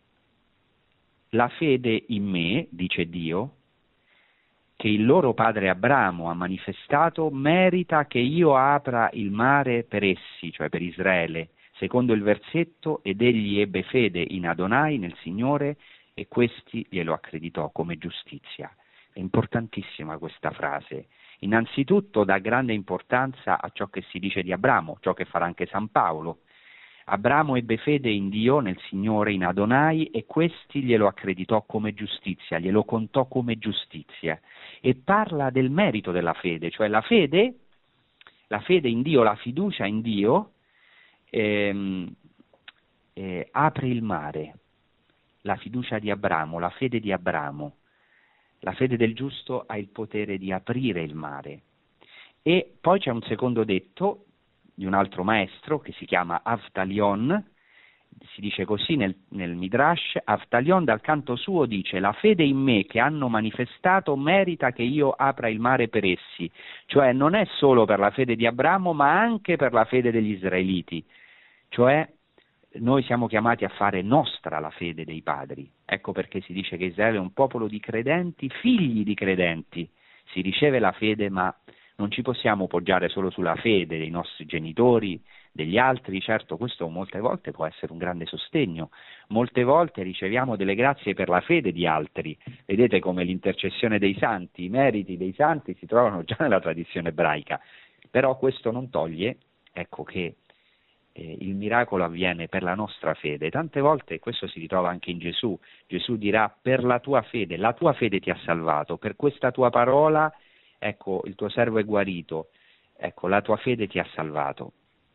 la fede in me, dice Dio, che il loro padre Abramo ha manifestato, merita che io apra il mare per essi, cioè per Israele, secondo il versetto, ed egli ebbe fede in Adonai, nel Signore, e questi glielo accreditò come giustizia. È importantissima questa frase. Innanzitutto dà grande importanza a ciò che si dice di Abramo, ciò che farà anche San Paolo. Abramo ebbe fede in Dio, nel Signore, in Adonai, e questi glielo accreditò come giustizia, glielo contò come giustizia. E parla del merito della fede, cioè la fede, la fede in Dio, la fiducia in Dio, ehm, eh, apre il mare. La fiducia di Abramo, la fede di Abramo. La fede del giusto ha il potere di aprire il mare. E poi c'è un secondo detto di un altro maestro che si chiama Avtalion, si dice così nel, nel Midrash, Avtalion dal canto suo dice: la fede in me che hanno manifestato merita che io apra il mare per essi, cioè non è solo per la fede di Abramo ma anche per la fede degli israeliti, cioè noi siamo chiamati a fare nostra la fede dei padri. Ecco perché si dice che Israele è un popolo di credenti, figli di credenti. Si riceve la fede, ma non ci possiamo poggiare solo sulla fede dei nostri genitori, degli altri. Certo, questo molte volte può essere un grande sostegno. Molte volte riceviamo delle grazie per la fede di altri. Vedete come l'intercessione dei santi, i meriti dei santi si trovano già nella tradizione ebraica. Però questo non toglie, ecco, che Eh, il miracolo avviene per la nostra fede. Tante volte questo si ritrova anche in Gesù. Gesù dirà: per la tua fede, la tua fede ti ha salvato, per questa tua parola, ecco, il tuo servo è guarito, ecco, la tua fede ti ha salvato.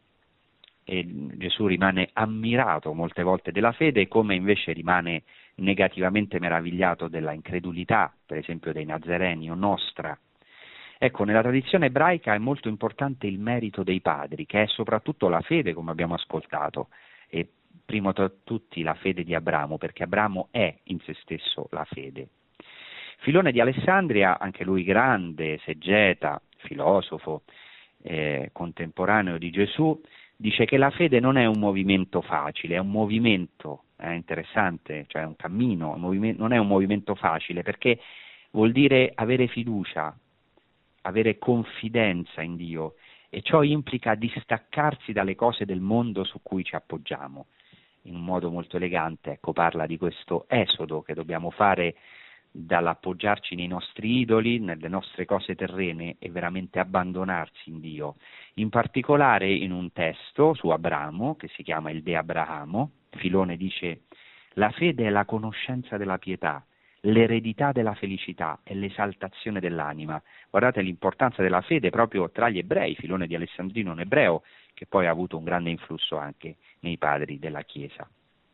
E Gesù rimane ammirato molte volte della fede, come invece rimane negativamente meravigliato della incredulità, per esempio dei Nazareni o nostra. Ecco, nella tradizione ebraica è molto importante il merito dei padri, che è soprattutto la fede, come abbiamo ascoltato, e primo tra tutti la fede di Abramo, perché Abramo è in se stesso la fede. Filone di Alessandria, anche lui grande, esegeta, filosofo, eh, contemporaneo di Gesù, dice che la fede non è un movimento facile, è un movimento, è interessante, cioè un cammino, un movimento, non è un movimento facile, perché vuol dire avere fiducia, avere confidenza in Dio, e ciò implica distaccarsi dalle cose del mondo su cui ci appoggiamo. In un modo molto elegante, ecco, parla di questo esodo che dobbiamo fare dall'appoggiarci nei nostri idoli, nelle nostre cose terrene e veramente abbandonarsi in Dio. In particolare in un testo su Abramo, che si chiama il De Abrahamo, Filone dice: la fede è la conoscenza della pietà, l'eredità della felicità e l'esaltazione dell'anima. Guardate l'importanza della fede proprio tra gli ebrei. Filone di Alessandrino, un ebreo che poi ha avuto un grande influsso anche nei padri della Chiesa.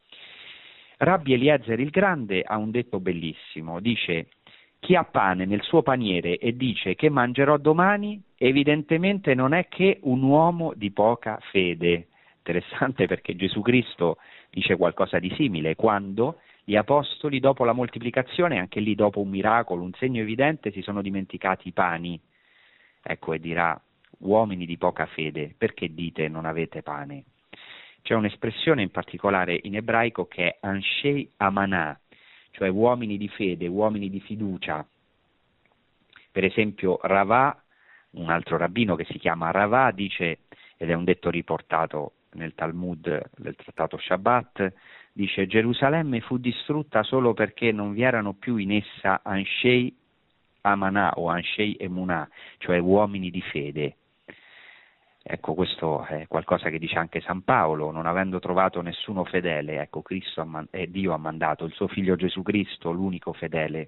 Rabbi Eliezer il Grande ha un detto bellissimo, dice: chi ha pane nel suo paniere e dice che mangerò domani, evidentemente non è che un uomo di poca fede. Interessante, perché Gesù Cristo dice qualcosa di simile quando gli apostoli, dopo la moltiplicazione, anche lì dopo un miracolo, un segno evidente, si sono dimenticati i pani. Ecco, e dirà: uomini di poca fede, perché dite non avete pane? C'è un'espressione in particolare in ebraico che è Anshei Amanah, cioè uomini di fede, uomini di fiducia. Per esempio Ravà, un altro rabbino che si chiama Ravà, dice, ed è un detto riportato nel Talmud del trattato Shabbat, dice: Gerusalemme fu distrutta solo perché non vi erano più in essa Anshei Amanah o Anshei Emunah, cioè uomini di fede. Ecco, questo è qualcosa che dice anche San Paolo: non avendo trovato nessuno fedele, ecco, Cristo ha man- eh, Dio ha mandato il suo figlio Gesù Cristo, l'unico fedele.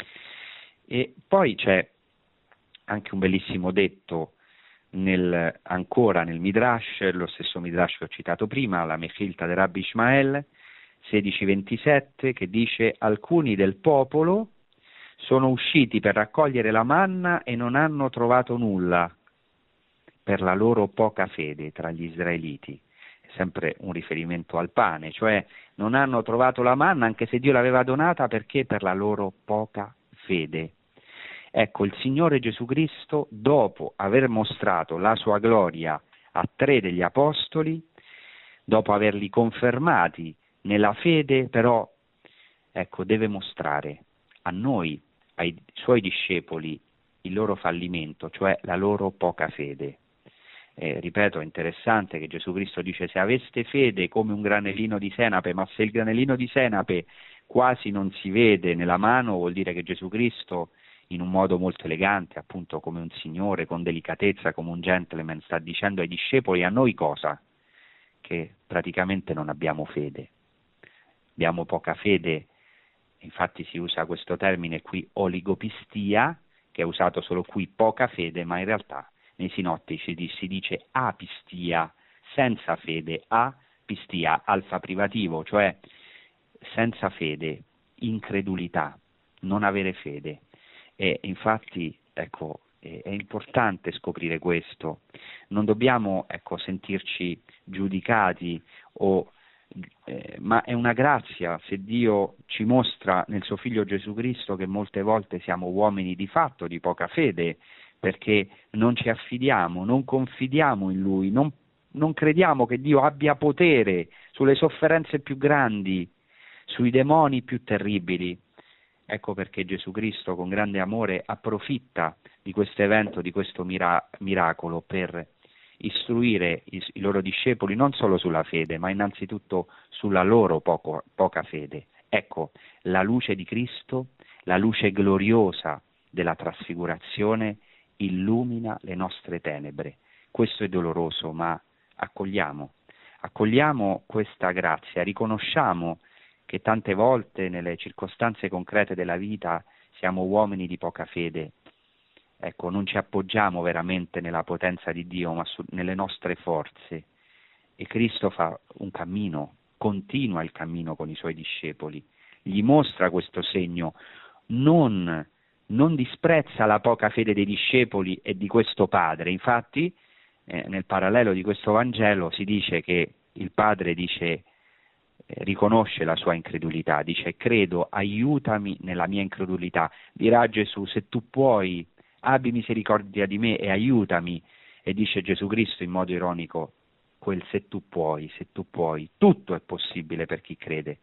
E poi c'è anche un bellissimo detto nel, ancora nel Midrash, lo stesso Midrash che ho citato prima, la Mechilta del Rabbi Ishmael sedici ventisette, che dice: alcuni del popolo sono usciti per raccogliere la manna e non hanno trovato nulla per la loro poca fede tra gli israeliti. È sempre un riferimento al pane, cioè non hanno trovato la manna anche se Dio l'aveva donata, perché per la loro poca fede. Ecco, il Signore Gesù Cristo, dopo aver mostrato la sua gloria a tre degli apostoli, dopo averli confermati nella fede, però, ecco, deve mostrare a noi, ai suoi discepoli, il loro fallimento, cioè la loro poca fede. Eh, ripeto, è interessante che Gesù Cristo dice: se aveste fede come un granellino di senape, ma se il granellino di senape quasi non si vede nella mano, vuol dire che Gesù Cristo, in un modo molto elegante, appunto come un signore, con delicatezza, come un gentleman, sta dicendo ai discepoli: a noi cosa? Che praticamente non abbiamo fede. Abbiamo poca fede, infatti si usa questo termine qui, oligopistia, che è usato solo qui, poca fede, ma in realtà nei sinottici si dice apistia, senza fede, apistia, alfa privativo, cioè senza fede, incredulità, non avere fede. E infatti, ecco, è importante scoprire questo. Non dobbiamo, ecco, sentirci giudicati o Eh, ma è una grazia se Dio ci mostra nel suo figlio Gesù Cristo che molte volte siamo uomini di fatto, di poca fede, perché non ci affidiamo, non confidiamo in Lui, non, non crediamo che Dio abbia potere sulle sofferenze più grandi, sui demoni più terribili. Ecco perché Gesù Cristo, con grande amore, approfitta di questo evento, di questo mira- miracolo per istruire i, i loro discepoli non solo sulla fede, ma innanzitutto sulla loro poco, poca fede. Ecco, la luce di Cristo, la luce gloriosa della trasfigurazione, illumina le nostre tenebre. Questo è doloroso, ma accogliamo, accogliamo questa grazia, riconosciamo che tante volte nelle circostanze concrete della vita siamo uomini di poca fede. Ecco, non ci appoggiamo veramente nella potenza di Dio, ma su, nelle nostre forze. E Cristo fa un cammino, continua il cammino con i suoi discepoli, gli mostra questo segno, non, non disprezza la poca fede dei discepoli e di questo padre. Infatti, eh, nel parallelo di questo Vangelo si dice che il padre dice, eh, riconosce la sua incredulità, dice: credo, aiutami nella mia incredulità. Dirà Gesù: se tu puoi, abbi misericordia di me e aiutami. E dice Gesù Cristo in modo ironico: quel se tu puoi, se tu puoi, tutto è possibile per chi crede.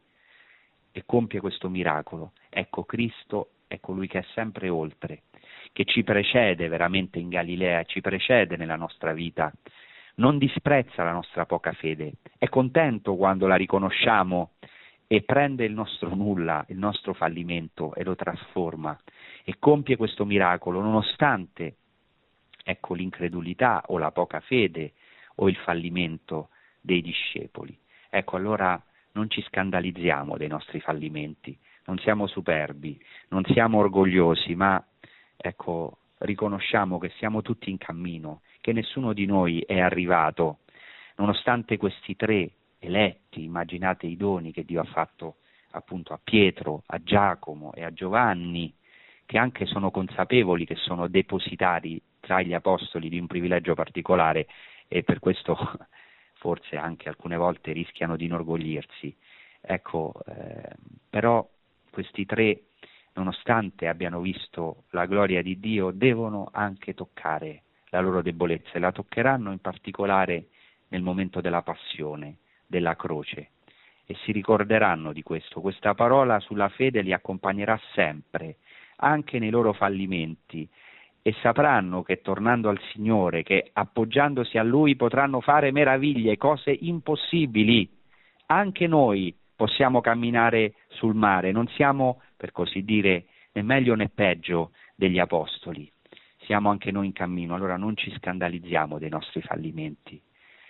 E compie questo miracolo. Ecco, Cristo è colui che è sempre oltre, che ci precede veramente in Galilea, ci precede nella nostra vita, non disprezza la nostra poca fede, è contento quando la riconosciamo e prende il nostro nulla, il nostro fallimento e lo trasforma e compie questo miracolo nonostante, ecco, l'incredulità o la poca fede o il fallimento dei discepoli. Ecco, allora non ci scandalizziamo dei nostri fallimenti, non siamo superbi, non siamo orgogliosi, ma ecco, riconosciamo che siamo tutti in cammino, che nessuno di noi è arrivato, nonostante questi tre eletti, immaginate i doni che Dio ha fatto appunto a Pietro, a Giacomo e a Giovanni, che anche sono consapevoli che sono depositari tra gli apostoli di un privilegio particolare e per questo forse anche alcune volte rischiano di inorgoglirsi. Ecco, eh, però questi tre, nonostante abbiano visto la gloria di Dio, devono anche toccare la loro debolezza e la toccheranno in particolare nel momento della passione, della croce, e si ricorderanno di questo. Questa parola sulla fede li accompagnerà sempre, anche nei loro fallimenti, e sapranno che tornando al Signore, che appoggiandosi a Lui potranno fare meraviglie, cose impossibili. Anche noi possiamo camminare sul mare, non siamo, per così dire, né meglio né peggio degli apostoli, siamo anche noi in cammino, allora non ci scandalizziamo dei nostri fallimenti.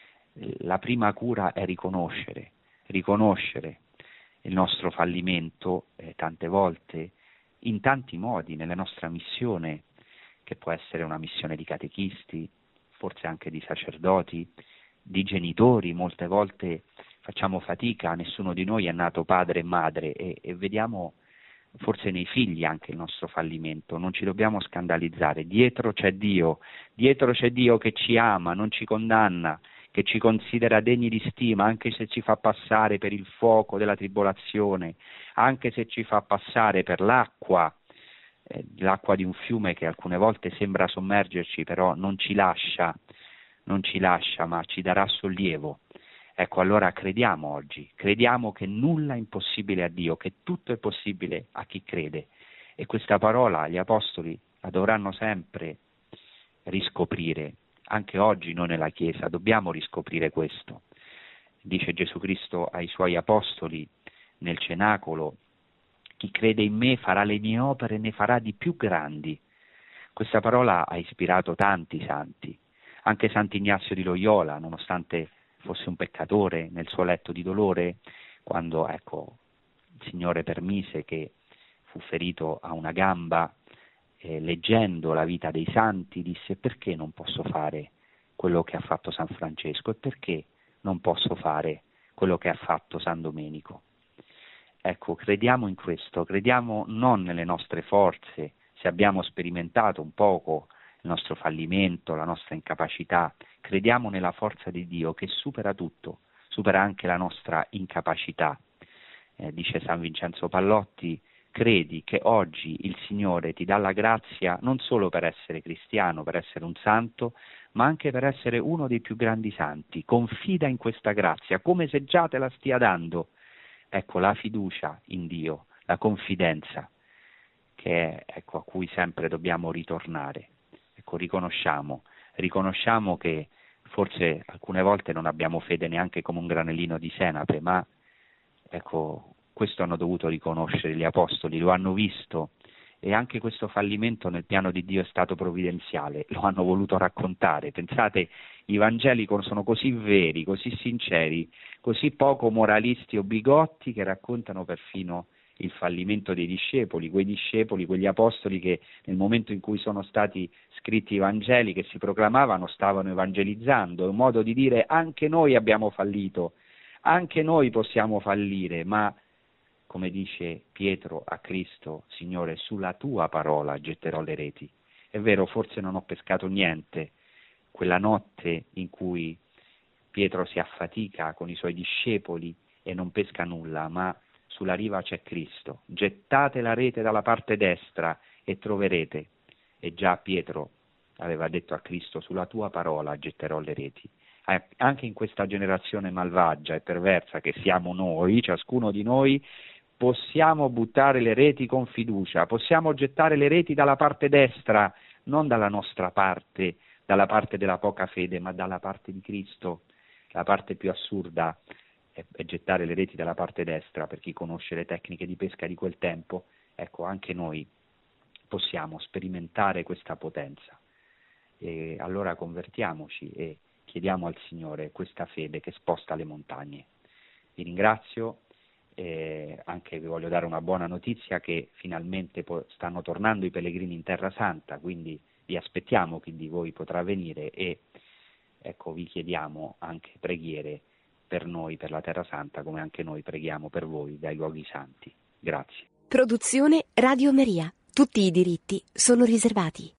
La prima cura è riconoscere, riconoscere il nostro fallimento eh, tante volte, in tanti modi, nella nostra missione, che può essere una missione di catechisti, forse anche di sacerdoti, di genitori. Molte volte facciamo fatica, nessuno di noi è nato padre e madre e, e vediamo forse nei figli anche il nostro fallimento. Non ci dobbiamo scandalizzare, dietro c'è Dio, dietro c'è Dio che ci ama, non ci condanna, che ci considera degni di stima, anche se ci fa passare per il fuoco della tribolazione, anche se ci fa passare per l'acqua, eh, l'acqua di un fiume che alcune volte sembra sommergerci, però non ci lascia, non ci lascia, ma ci darà sollievo. Ecco, allora crediamo oggi, crediamo che nulla è impossibile a Dio, che tutto è possibile a chi crede. E questa parola gli apostoli la dovranno sempre riscoprire. Anche oggi noi nella Chiesa dobbiamo riscoprire questo. Dice Gesù Cristo ai Suoi apostoli nel cenacolo: chi crede in me farà le mie opere e ne farà di più grandi. Questa parola ha ispirato tanti santi, anche Sant'Ignazio di Loyola, nonostante fosse un peccatore nel suo letto di dolore, quando ecco, il Signore permise che fu ferito a una gamba, Eh, leggendo la vita dei santi, disse: perché non posso fare quello che ha fatto San Francesco e perché non posso fare quello che ha fatto San Domenico? Ecco, crediamo in questo, crediamo non nelle nostre forze, se abbiamo sperimentato un poco il nostro fallimento, la nostra incapacità, crediamo nella forza di Dio che supera tutto, supera anche la nostra incapacità. Eh, dice San Vincenzo Pallotti: credi che oggi il Signore ti dà la grazia non solo per essere cristiano, per essere un santo, ma anche per essere uno dei più grandi santi. Confida in questa grazia, come se già te la stia dando. Ecco, la fiducia in Dio, la confidenza, che è, ecco, a cui sempre dobbiamo ritornare. Ecco, riconosciamo, riconosciamo che forse alcune volte non abbiamo fede neanche come un granellino di senape, ma ecco, questo hanno dovuto riconoscere gli apostoli, lo hanno visto, e anche questo fallimento nel piano di Dio è stato provvidenziale, lo hanno voluto raccontare. Pensate, i Vangeli sono così veri, così sinceri, così poco moralisti o bigotti, che raccontano perfino il fallimento dei discepoli, quei discepoli, quegli apostoli che nel momento in cui sono stati scritti i Vangeli, che si proclamavano, stavano evangelizzando. È un modo di dire: anche noi abbiamo fallito, anche noi possiamo fallire, ma come dice Pietro a Cristo: Signore, sulla tua parola getterò le reti. È vero, forse non ho pescato niente quella notte in cui Pietro si affatica con i suoi discepoli e non pesca nulla, ma sulla riva c'è Cristo. Gettate la rete dalla parte destra e troverete. E già Pietro aveva detto a Cristo: sulla tua parola getterò le reti. Anche in questa generazione malvagia e perversa che siamo noi, ciascuno di noi, possiamo buttare le reti con fiducia, possiamo gettare le reti dalla parte destra, non dalla nostra parte, dalla parte della poca fede, ma dalla parte di Cristo, la parte più assurda e, e gettare le reti dalla parte destra, per chi conosce le tecniche di pesca di quel tempo, ecco, anche noi possiamo sperimentare questa potenza. E allora convertiamoci e chiediamo al Signore questa fede che sposta le montagne. Vi ringrazio, e anche vi voglio dare una buona notizia che finalmente po- stanno tornando i pellegrini in Terra Santa, quindi vi aspettiamo, chi di voi potrà venire, e ecco, vi chiediamo anche preghiere per noi, per la Terra Santa, come anche noi preghiamo per voi dai luoghi santi. Grazie. Produzione Radio Maria. Tutti i diritti sono riservati.